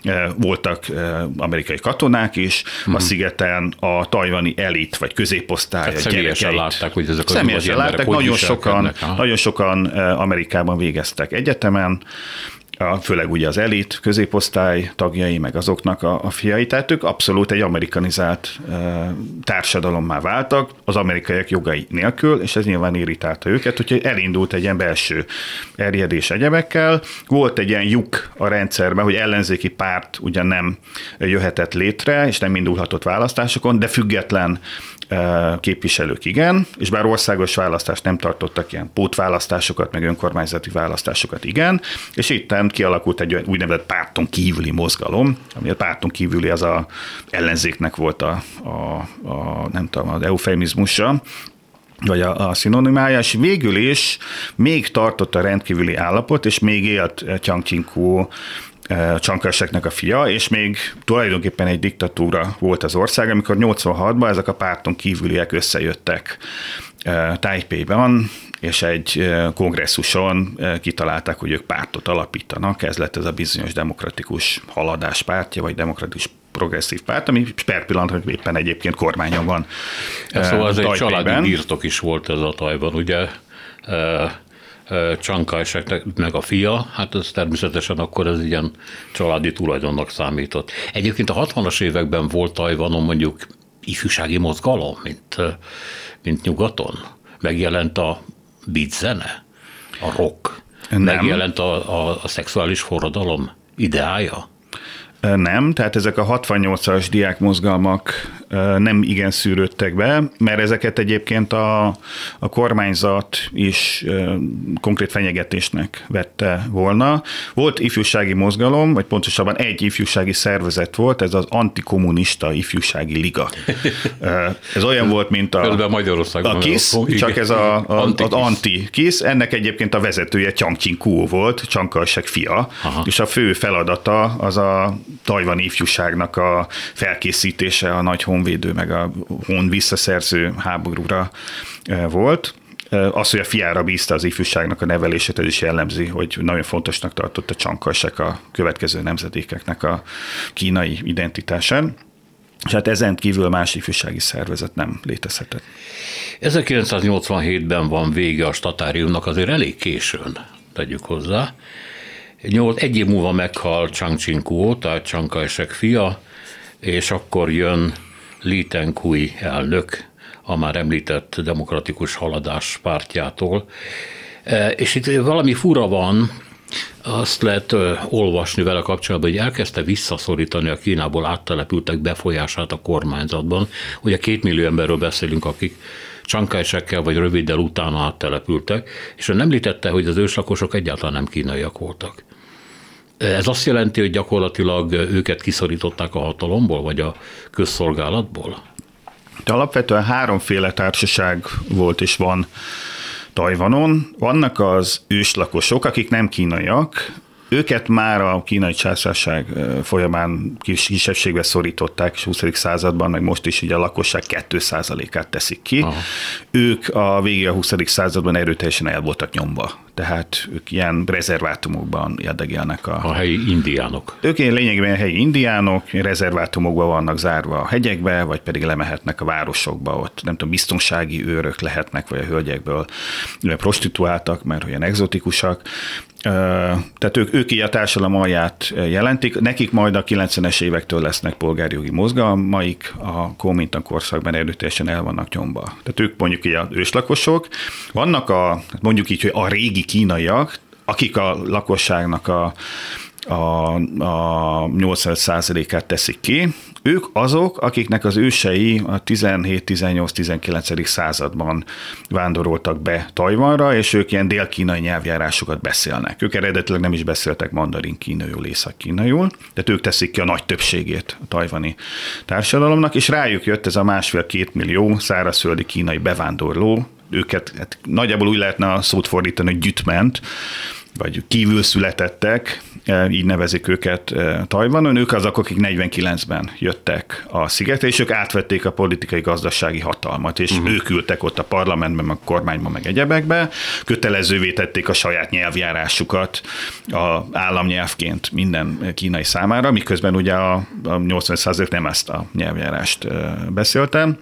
voltak amerikai katonák is, hmm. a szigeten a tajvani elit, vagy középosztály, hát a személyesen látták, hogy ezek az személyesen látták, nagyon sokan, nagyon sokan Amerikában végeztek egyetemen, főleg ugye az elit, középosztály tagjai, meg azoknak a, a fiai, tehát ők abszolút egy amerikanizált e, társadalommá váltak, az amerikaiak jogai nélkül, és ez nyilván irritálta őket, úgyhogy elindult egy ilyen belső erjedés egyebekkel. Volt egy ilyen lyuk a rendszerben, hogy ellenzéki párt ugyan nem jöhetett létre, és nem indulhatott választásokon, de független képviselők igen, és bár országos választást nem tartottak, ilyen pótválasztásokat, meg önkormányzati választásokat igen, és itten kialakult egy úgynevezett párton kívüli mozgalom, ami a párton kívüli az a ellenzéknek volt a, a, a nem tudom, az eufemizmusa, vagy a, a szinonimája, és végül is még tartott a rendkívüli állapot, és még élt Chiang Ching-kuo, Chiang Kai-sheknek a fia, és még tulajdonképpen egy diktatúra volt az ország, amikor nyolcvanhatban ezek a párton kívüliek összejöttek Taipeiban, és egy kongresszuson kitalálták, hogy ők pártot alapítanak, ez lett ez a bizonyos demokratikus haladás pártja, vagy demokratikus progresszív párt, ami per pillanat, hogy éppen egyébként kormányon van. Szóval ez egy családi birtok is volt ez a Tajvan, ugye? Chiang Kai-sheknek a fia, hát ez természetesen akkor ez ilyen családi tulajdonnak számított. Egyébként a hatvanas években volt Tajvanon mondjuk ifjúsági mozgalom, mint, mint nyugaton. Megjelent a beat zene, a rock, nem. Megjelent a, a, a szexuális forradalom ideája. Nem, tehát ezek a hatvannyolcas diákmozgalmak nem igen szűrődtek be, mert ezeket egyébként a, a kormányzat is konkrét fenyegetésnek vette volna. Volt ifjúsági mozgalom, vagy pontosabban egy ifjúsági szervezet volt, ez az antikommunista ifjúsági liga. Ez olyan volt, mint a, a KISZ, csak ez a, a, az anti-KISZ. Ennek egyébként a vezetője Chiang Ching-kuo volt, Chiang Kai-shek fia, aha. És a fő feladata az a tajvani ifjúságnak a felkészítése a nagy honvédő meg a hon visszaszerző háborúra volt. Az, hogy a fiára bízta az ifjúságnak a nevelését, ez is jellemzi, hogy nagyon fontosnak tartotta Chiang Kai-shek a következő nemzedékeknek a kínai identitásán. És hát ezen kívül más ifjúsági szervezet nem létezhetett. ezerkilencszáznyolcvanhétben van vége a statáriumnak, azért elég későn, tegyük hozzá. Egy év múlva meghal Chiang Ching-kuo, tehát Chiang Kai-shek fia, és akkor jön Lee Teng-hui elnök, a már említett demokratikus haladás pártjától. És itt valami fura van, azt lehet olvasni vele kapcsolatban, hogy elkezdte visszaszorítani a Kínából áttelepültek befolyását a kormányzatban. Ugye két millió emberről beszélünk, akik Chiang Kai-shekkel vagy röviddel utána áttelepültek, és ön említette, hogy az őslakosok egyáltalán nem kínaiak voltak. Ez azt jelenti, hogy gyakorlatilag őket kiszorították a hatalomból, vagy a közszolgálatból? De alapvetően háromféle társaság volt és van Tajvanon. Vannak az őslakosok, akik nem kínaiak, őket már a kínai császárság folyamán kis kisebbségbe szorították, és huszadik században, meg most is így a lakosság két százalékát teszik ki. Aha. Ők a végig a huszadik században erőteljesen el voltak nyomva. Tehát ők ilyen rezervátumokban érdegélnek. A, a helyi indiánok. Ők ilyen lényegében helyi indiánok, rezervátumokban vannak zárva a hegyekbe, vagy pedig lemehetnek a városokba, ott nem tudom, biztonsági őrök lehetnek, vagy a hölgyekből prostituáltak, mert olyan egzotikusak. Tehát ők, ők így a társadalom alját jelentik, nekik majd a kilencvenes évektől lesznek polgárjogi mozgalmaik, a Kuomintang korszakban erőteljesen el vannak nyomva. Tehát ők mondjuk így az őslakosok, vannak a, mondjuk így, hogy a régi kínaiak, akik a lakosságnak a, a, a nyolcvanöt százalékát teszik ki, ők azok, akiknek az ősei a tizenhét tizennyolc tizenkilencedik században vándoroltak be Tajvanra, és ők ilyen dél-kínai nyelvjárásokat beszélnek. Ők eredetileg nem is beszéltek mandarin kínaiul, észak-kínaiul, tehát ők teszik ki a nagy többségét a tajvani társadalomnak, és rájuk jött ez a másfél-két millió szárazföldi kínai bevándorló, őket hát nagyjából úgy lehetne a szót fordítani, hogy gyütment, vagy kívül születettek, így nevezik őket Tajvanon. Ők azok, akik negyvenkilencben jöttek a szigetre, és ők átvették a politikai-gazdasági hatalmat, és uh-huh. ők ültek ott a parlamentben, meg a kormányban, meg egyebekbe, kötelezővé tették a saját nyelvjárásukat a államnyelvként minden kínai számára, miközben ugye a nyolcvan százalék nem ezt a nyelvjárást beszéltem,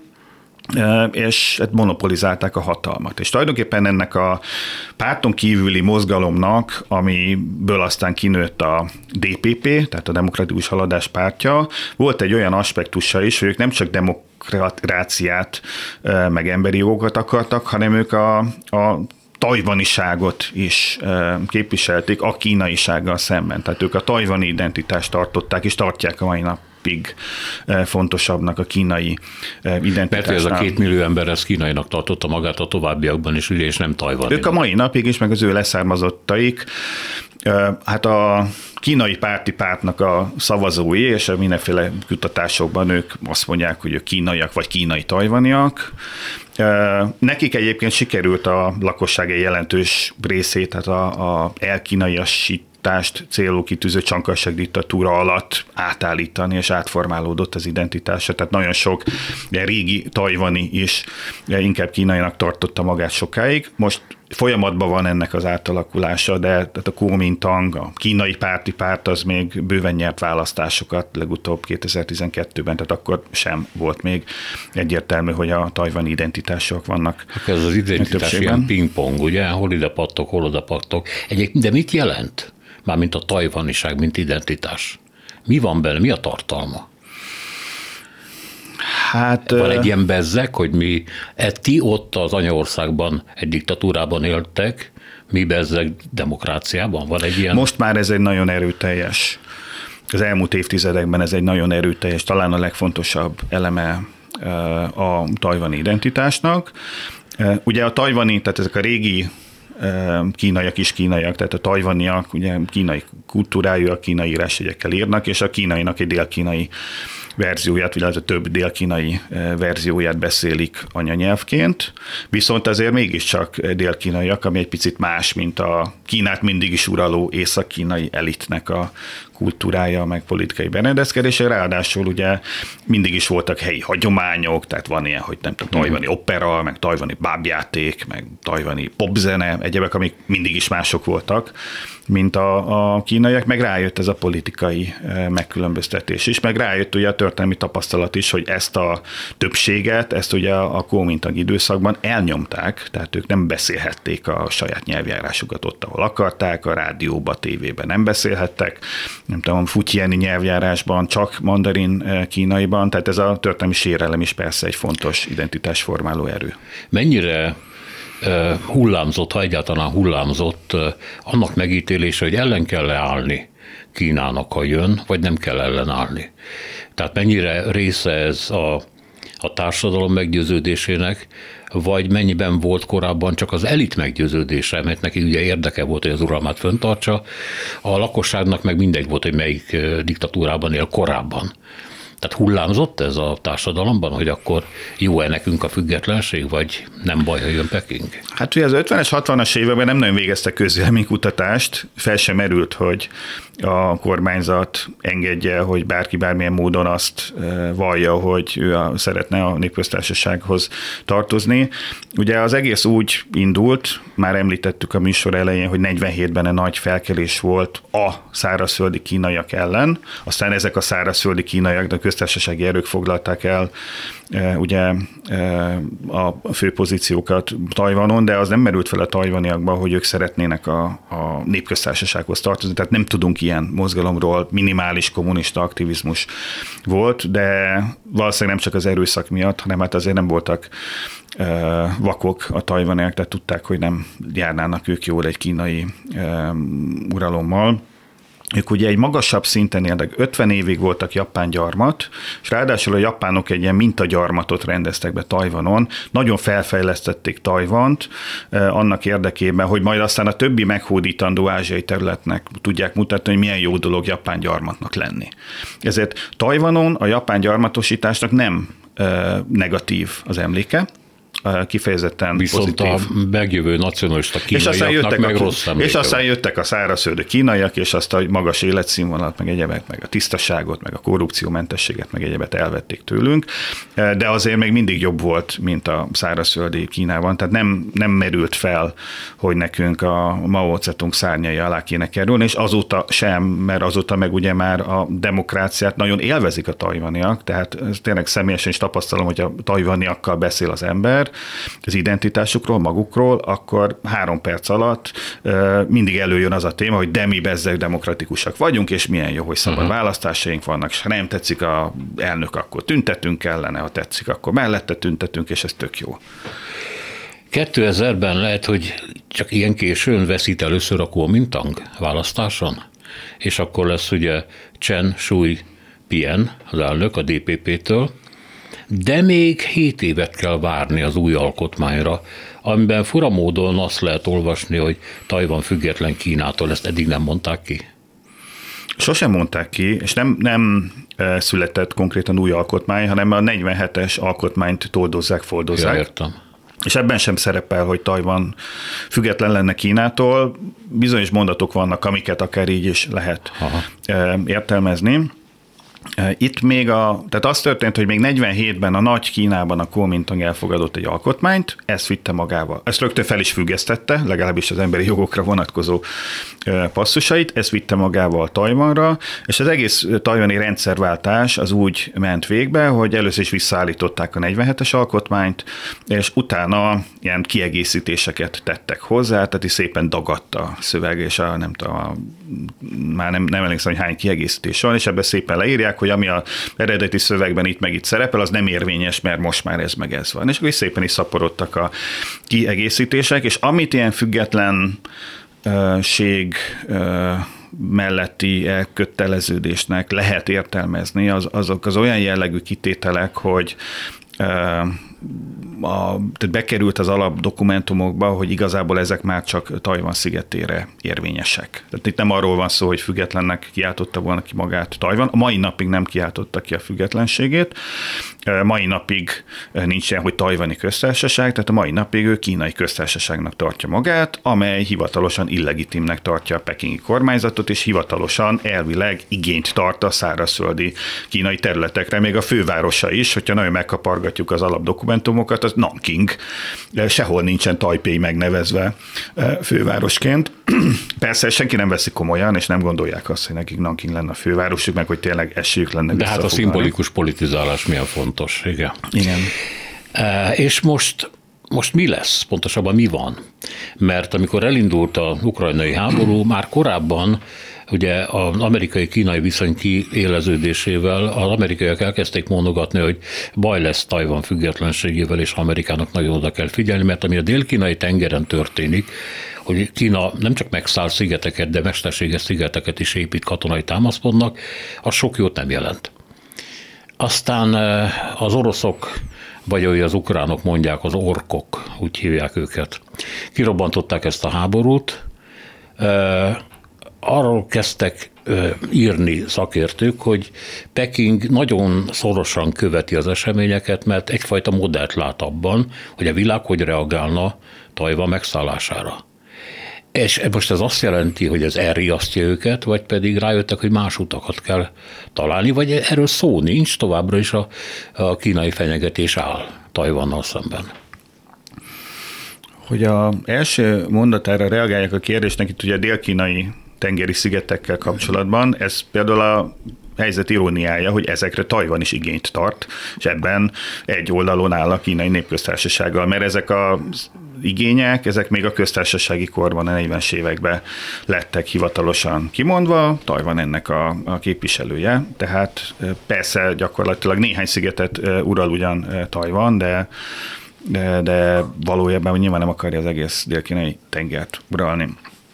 és monopolizálták a hatalmat. És tulajdonképpen ennek a párton kívüli mozgalomnak, amiből aztán kinőtt a dé pé pé, tehát a Demokratikus Haladás pártja, volt egy olyan aspektusa is, hogy ők nem csak demokráciát, meg emberi jogokat akartak, hanem ők a, a tajvaniságot is képviselték a kínaisággal szemben. Tehát ők a tajvani identitást tartották, és tartják a mai nap fontosabbnak a kínai identitásnál. Mert ez a két millió ember ez kínainak tartotta magát a továbbiakban is, ugye, és nem tajvani. Ők a mai napig is, meg az ő leszármazottaik, hát a kínai párti pártnak a szavazói, és a mindenféle kutatásokban ők azt mondják, hogy ők kínaiak vagy kínai tajvaniak, Nekik egyébként sikerült a lakosság egy jelentős részét, tehát a, a elkínaiasítást célú kitűző csankasság diktatúra alatt átállítani, és átformálódott az identitása. Tehát nagyon sok régi tajvani is inkább kínainak tartotta magát sokáig. Most folyamatban van ennek az átalakulása, de tehát a Kuomintang, a kínai párti párt az még bőven nyert választásokat, legutóbb kétezer-tizenkettőben, tehát akkor sem volt még egyértelmű, hogy a tajvani identitások vannak. Ez az identitás ilyen pingpong, ugye? Hol ide pattok, hol oda pattok. Egyébként, de mit jelent? Mármint a tajvaniság, mint identitás. Mi van benne? Mi a tartalma? Hát, van egy ilyen bezzeg, hogy mi ti ott az anyaországban egy diktatúrában éltek, mi bezzeg demokráciában? Van egy ilyen? Most már ez egy nagyon erőteljes, az elmúlt évtizedekben ez egy nagyon erőteljes, talán a legfontosabb eleme a tajvani identitásnak. Ugye a tajvani, tehát ezek a régi kínaiak is kínaiak, tehát a tajvaniak ugye kínai kultúrájú, a kínai írásjegyekkel írnak, és a kínainak egy dél-kínai verzióját, illetve több dél-kínai verzióját beszélik anyanyelvként, viszont azért mégiscsak dél-kínaiak, ami egy picit más, mint a Kínát mindig is uraló észak-kínai elitnek a kultúrája, meg politikai berendezkedése, ráadásul ugye mindig is voltak helyi hagyományok, tehát van ilyen, hogy nem tudom, tajvani opera, meg tajvani bábjáték, meg tajvani popzene, egyebek, amik mindig is mások voltak, mint a, a kínaiak, meg rájött ez a politikai megkülönböztetés is, meg rájött ugye a történelmi tapasztalat is, hogy ezt a többséget, ezt ugye a Kuomintang időszakban elnyomták, tehát ők nem beszélhették a saját nyelvjárásukat ott, ahol akarták, a rádióba, tévében nem beszélhettek, nem tudom, futyieni nyelvjárásban, csak mandarin kínaiban, tehát ez a történelmi sérelem is persze egy fontos identitásformáló erő. Mennyire hullámzott, ha egyáltalán hullámzott annak megítélése, hogy ellen kell állni Kínának, ha jön, vagy nem kell ellenállni. Tehát mennyire része ez a, a társadalom meggyőződésének, vagy mennyiben volt korábban csak az elit meggyőződése, mert neki ugye érdeke volt, hogy az uralmát fenntartsa, a lakosságnak meg mindegy volt, hogy melyik diktatúrában él korábban. Tehát hullámzott ez a társadalomban, hogy akkor jó-e nekünk a függetlenség, vagy nem baj, ha jön Peking? Hát ugye az ötvenes, hatvanas években nem nagyon végeztek közvéleménykutatást, fel sem merült, hogy a kormányzat engedje, hogy bárki bármilyen módon azt vallja, hogy ő a, szeretne a népköztársasághoz tartozni. Ugye az egész úgy indult, már említettük a műsor elején, hogy negyvenhétben egy nagy felkelés volt a szárazföldi kínaiak ellen, aztán ezek a szárazföldi kínaiak, de a köztársasági erők foglalták el ugye a főpozíciókat Tajvanon, de az nem merült fel a tajvaniakba, hogy ők szeretnének a, a népköztársasághoz tartozni, tehát nem tudunk ilyen mozgalomról, minimális kommunista aktivizmus volt, de valószínűleg nem csak az erőszak miatt, hanem hát azért nem voltak vakok a tajvaniak, tehát tudták, hogy nem járnának ők jól egy kínai uralommal. Ők ugye egy magasabb szinten éltek, ötven évig voltak japán gyarmat, és ráadásul a japánok egy ilyen mintagyarmatot rendeztek be Tajvanon, nagyon felfejlesztették Tajvant eh, annak érdekében, hogy majd aztán a többi meghódítandó ázsiai területnek tudják mutatni, hogy milyen jó dolog japán gyarmatnak lenni. Ezért Tajvanon a japán gyarmatosításnak nem eh, negatív az emléke, kifejezetten viszont pozitív. A megjövő nacionalista kínaiaknak meg a, rossz emléke. És aztán jöttek a szárazföldi kínaiak, és azt a magas életszínvonalat, meg egyebet, meg a tisztaságot, meg a korrupciómentességet, meg egyebet elvették tőlünk, de azért még mindig jobb volt, mint a szárazföldi Kínában, tehát nem, nem merült fel, hogy nekünk a Mao Zedong szárnyai alá kéne kerülni, és azóta sem, mert azóta meg ugye már a demokráciát nagyon élvezik a tajvaniak, tehát tényleg személyesen is tapasztalom, hogy a tajvaniakkal beszél az ember, az identitásukról, magukról, akkor három perc alatt uh, mindig előjön az a téma, hogy de mi bezzeg demokratikusak vagyunk, és milyen jó, hogy szabad uh-huh. választásaink vannak, és ha nem tetszik a elnök, akkor tüntetünk ellene, ha tetszik, akkor mellette tüntetünk, és ez tök jó. kétezerben lehet, hogy csak ilyen későn veszít először a Kuomintang választáson, és akkor lesz ugye Chen Shui-bian, az elnök a dé pé pé-től, de még hét évet kell várni az új alkotmányra, amiben fura módon azt lehet olvasni, hogy Tajvan független Kínától, ezt eddig nem mondták ki. sosem mondták ki, és nem, nem született konkrétan új alkotmány, hanem a negyvenhetes alkotmányt toldozzák, foldozzák. Ja, értem. És ebben sem szerepel, hogy Tajvan független lenne Kínától. Bizonyos mondatok vannak, amiket akár így is lehet Aha. értelmezni. Itt még a, tehát az történt, hogy még negyvenhétben a nagy Kínában a Kuomintang elfogadott egy alkotmányt, ezt vitte magával. Ezt rögtön fel is függesztette, legalábbis az emberi jogokra vonatkozó passzusait, ezt vitte magával Tajvanra, és az egész tajvani rendszerváltás az úgy ment végbe, hogy először is visszaállították a negyvenhetes alkotmányt, és utána ilyen kiegészítéseket tettek hozzá, tehát is szépen dagadt a szöveg, és a, nem tudom, a, már nem, nem emlékszem, hogy hány kiegészítés van, és ebben szépen leírják, hogy ami az eredeti szövegben itt meg itt szerepel, az nem érvényes, mert most már ez meg ez van. És akkor is szépen is szaporodtak a kiegészítések, és amit ilyen függetlenség melletti elköteleződésnek lehet értelmezni, az, azok az olyan jellegű kitételek, hogy A, tehát bekerült az alapdokumentumokba, hogy igazából ezek már csak Tajvan szigetére érvényesek. Tehát itt nem arról van szó, hogy függetlennek kiáltotta volna ki magát Tajvan. A mai napig nem kiáltotta ki a függetlenségét. Mai napig nincs ilyen, hogy tajvani köztársaság, tehát a mai napig ő kínai köztársaságnak tartja magát, amely hivatalosan illegitimnek tartja a pekingi kormányzatot, és hivatalosan elvileg igényt tart a szárazföldi kínai területekre, még a fővárosa is, hogyha nagyon megkapargatjuk az alapdokumentumokat, az Nanking, sehol nincsen Tajpej megnevezve fővárosként. Persze senki nem veszi komolyan, és nem gondolják azt, hogy nekik Nanking lenne a fővárosuk, meg hogy tényleg esélyük lenne. De hát a szimbolikus politizálás milyen fontos, igen. Igen. E, és most, most mi lesz? Pontosabban mi van? Mert amikor elindult az ukrajnai háború, már korábban ugye az amerikai-kínai viszony kiéleződésével az amerikaiak elkezdték mondogatni, hogy baj lesz Tajvan függetlenségével, és Amerikának nagyon oda kell figyelni, mert ami a dél-kínai tengeren történik, hogy Kína nem csak megszáll szigeteket, de mesterséges szigeteket is épít katonai támaszpontnak, az sok jót nem jelent. Aztán az oroszok, vagy ahogy az ukránok mondják, az orkok, úgy hívják őket, kirobbantották ezt a háborút. Arról kezdtek írni szakértők, hogy Peking nagyon szorosan követi az eseményeket, mert egyfajta modellt lát abban, hogy a világ hogy reagálna Tajvan megszállására. És most ez azt jelenti, hogy ez elriasztja őket, vagy pedig rájöttek, hogy más utakat kell találni, vagy erről szó nincs, továbbra is a, a kínai fenyegetés áll Tajvannal szemben. Hogy az első mondatára reagáljak a kérdésnek, itt ugye a dél-kínai tengeri szigetekkel kapcsolatban, ez például a helyzet iróniája, hogy ezekre Tajvan is igényt tart, és ebben egy oldalon áll a Kínai Népköztársasággal, mert ezek az igények, ezek még a köztársasági korban, a negyvenes években lettek hivatalosan kimondva, Tajvan ennek a, a képviselője, tehát persze gyakorlatilag néhány szigetet ural ugyan Tajvan, de, de, de valójában nyilván nem akarja az egész dél-kínai tengert uralni.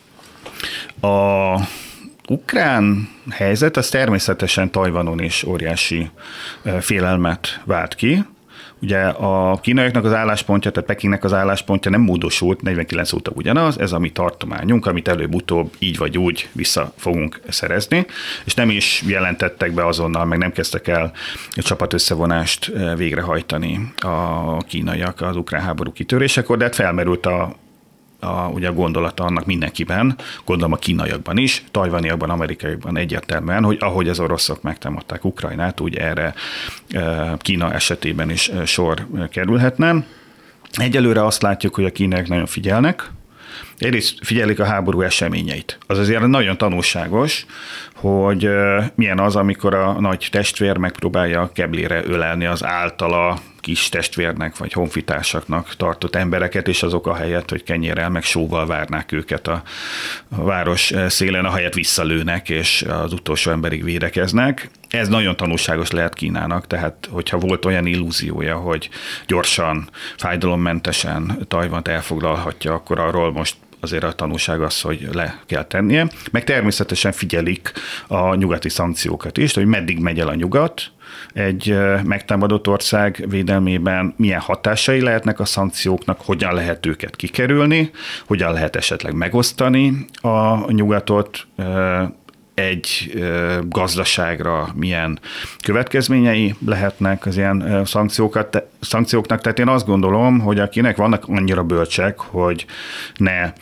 A ukrán helyzet az természetesen Tajvanon is óriási félelmet vált ki. Ugye a kínaiaknak az álláspontja, tehát Pekingnek az álláspontja nem módosult, negyvenkilenc óta ugyanaz, ez a mi tartományunk, amit előbb-utóbb így vagy úgy vissza fogunk szerezni, és nem is jelentettek be azonnal, meg nem kezdtek el csapatösszevonást végrehajtani a kínaiak az ukrán háború kitörésekor, de hát felmerült a A, ugye a gondolata annak mindenkiben, gondolom a kínaiakban is, tajvaniakban, amerikaiakban egyértelműen, hogy ahogy az oroszok megtámadták Ukrajnát, úgy erre Kína esetében is sor kerülhetne. Egyelőre azt látjuk, hogy a kínaiak nagyon figyelnek, egyrészt figyelik a háború eseményeit. Az azért nagyon tanulságos, hogy milyen az, amikor a nagy testvér megpróbálja keblére ölelni az általa kis testvérnek vagy honfitársaknak tartott embereket, és azok a helyet, hogy kenyérrel meg sóval várnák őket a város szélén, a helyet visszalőnek, és az utolsó emberig védekeznek. Ez nagyon tanulságos lehet Kínának, tehát hogyha volt olyan illúziója, hogy gyorsan, fájdalommentesen Tajvant elfoglalhatja, akkor arról most azért a tanulság az, hogy le kell tennie. Meg természetesen figyelik a nyugati szankciókat is, hogy meddig megy el a nyugat egy megtámadott ország védelmében, milyen hatásai lehetnek a szankcióknak, hogyan lehet őket kikerülni, hogyan lehet esetleg megosztani a nyugatot, egy gazdaságra milyen következményei lehetnek az ilyen szankciókat, szankcióknak. Tehát én azt gondolom, hogy akinek vannak annyira bölcsek, hogy ne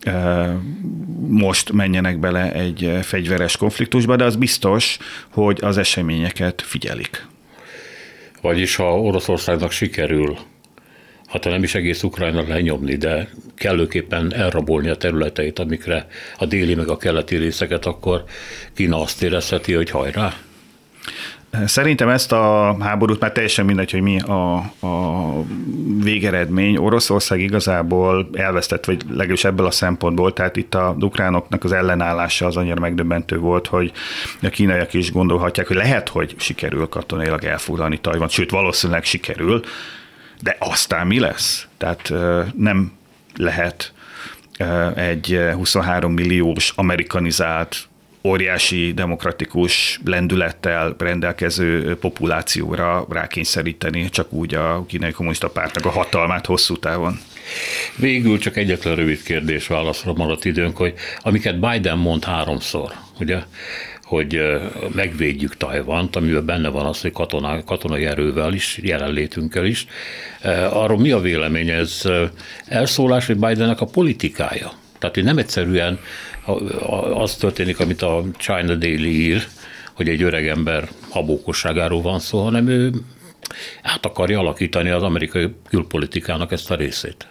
most menjenek bele egy fegyveres konfliktusba, de az biztos, hogy az eseményeket figyelik. Vagyis ha Oroszországnak sikerül, hát nem is egész Ukrajnát lenyomni, de kellőképpen elrabolni a területeit, amikre a déli meg a keleti részeket, akkor Kína azt érezheti, hogy hajrá? Szerintem ezt a háborút már teljesen mindegy, hogy mi a, a végeredmény. Oroszország igazából elvesztett, vagy legalábbis ebből a szempontból, tehát itt a ukránoknak az ellenállása az annyira megdöbbentő volt, hogy a kínaiak is gondolhatják, hogy lehet, hogy sikerül katonailag elfoglalni Tajvant, sőt valószínűleg sikerül, de aztán mi lesz? Tehát nem lehet egy huszonhárom milliós amerikanizált, óriási demokratikus lendülettel rendelkező populációra rákényszeríteni csak úgy a kínai kommunista pártnak a hatalmát hosszú távon. Végül csak egyetlen rövid kérdés válaszra maradt időnk, hogy amiket Biden mond háromszor, ugye, hogy megvédjük Tajvant, amiben benne van az, hogy katonai, katonai erővel is, jelenlétünkkel is. Arról mi a vélemény? Ez elszólás, hogy Bidennek a politikája? Tehát, hogy nem egyszerűen az történik, amit a China Daily ír, hogy egy öreg ember habókosságáról van szó, hanem ő át akarja alakítani az amerikai külpolitikának ezt a részét.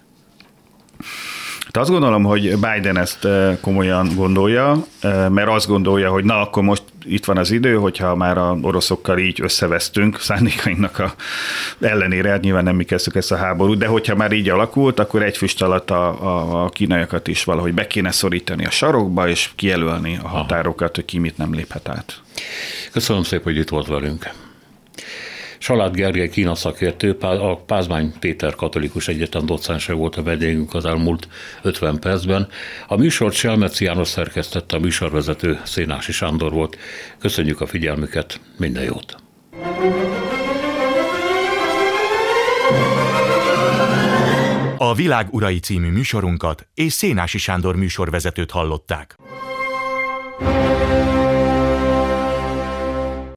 Hát azt gondolom, hogy Biden ezt komolyan gondolja, mert azt gondolja, hogy na, akkor most itt van az idő, hogyha már a oroszokkal így összevesztünk szándékainknak a ellenére, hát nyilván nem mi kezdtük ezt a háborút, de hogyha már így alakult, akkor egy füst alatt a, a, a kínaiakat is valahogy be kéne szorítani a sarokba, és kijelölni a határokat, hogy ki mit nem léphet át. Köszönöm szépen, hogy itt volt velünk. Salád Gergely Kína szakértő, a Pázmány Péter Katolikus Egyetem docense volt a vendégünk az elmúlt ötven percben. A műsort Selmeci János szerkesztette, a műsorvezető Szénási Sándor volt. Köszönjük a figyelmüket, minden jót! A Világ urai című műsorunkat és Szénási Sándor műsorvezetőt hallották.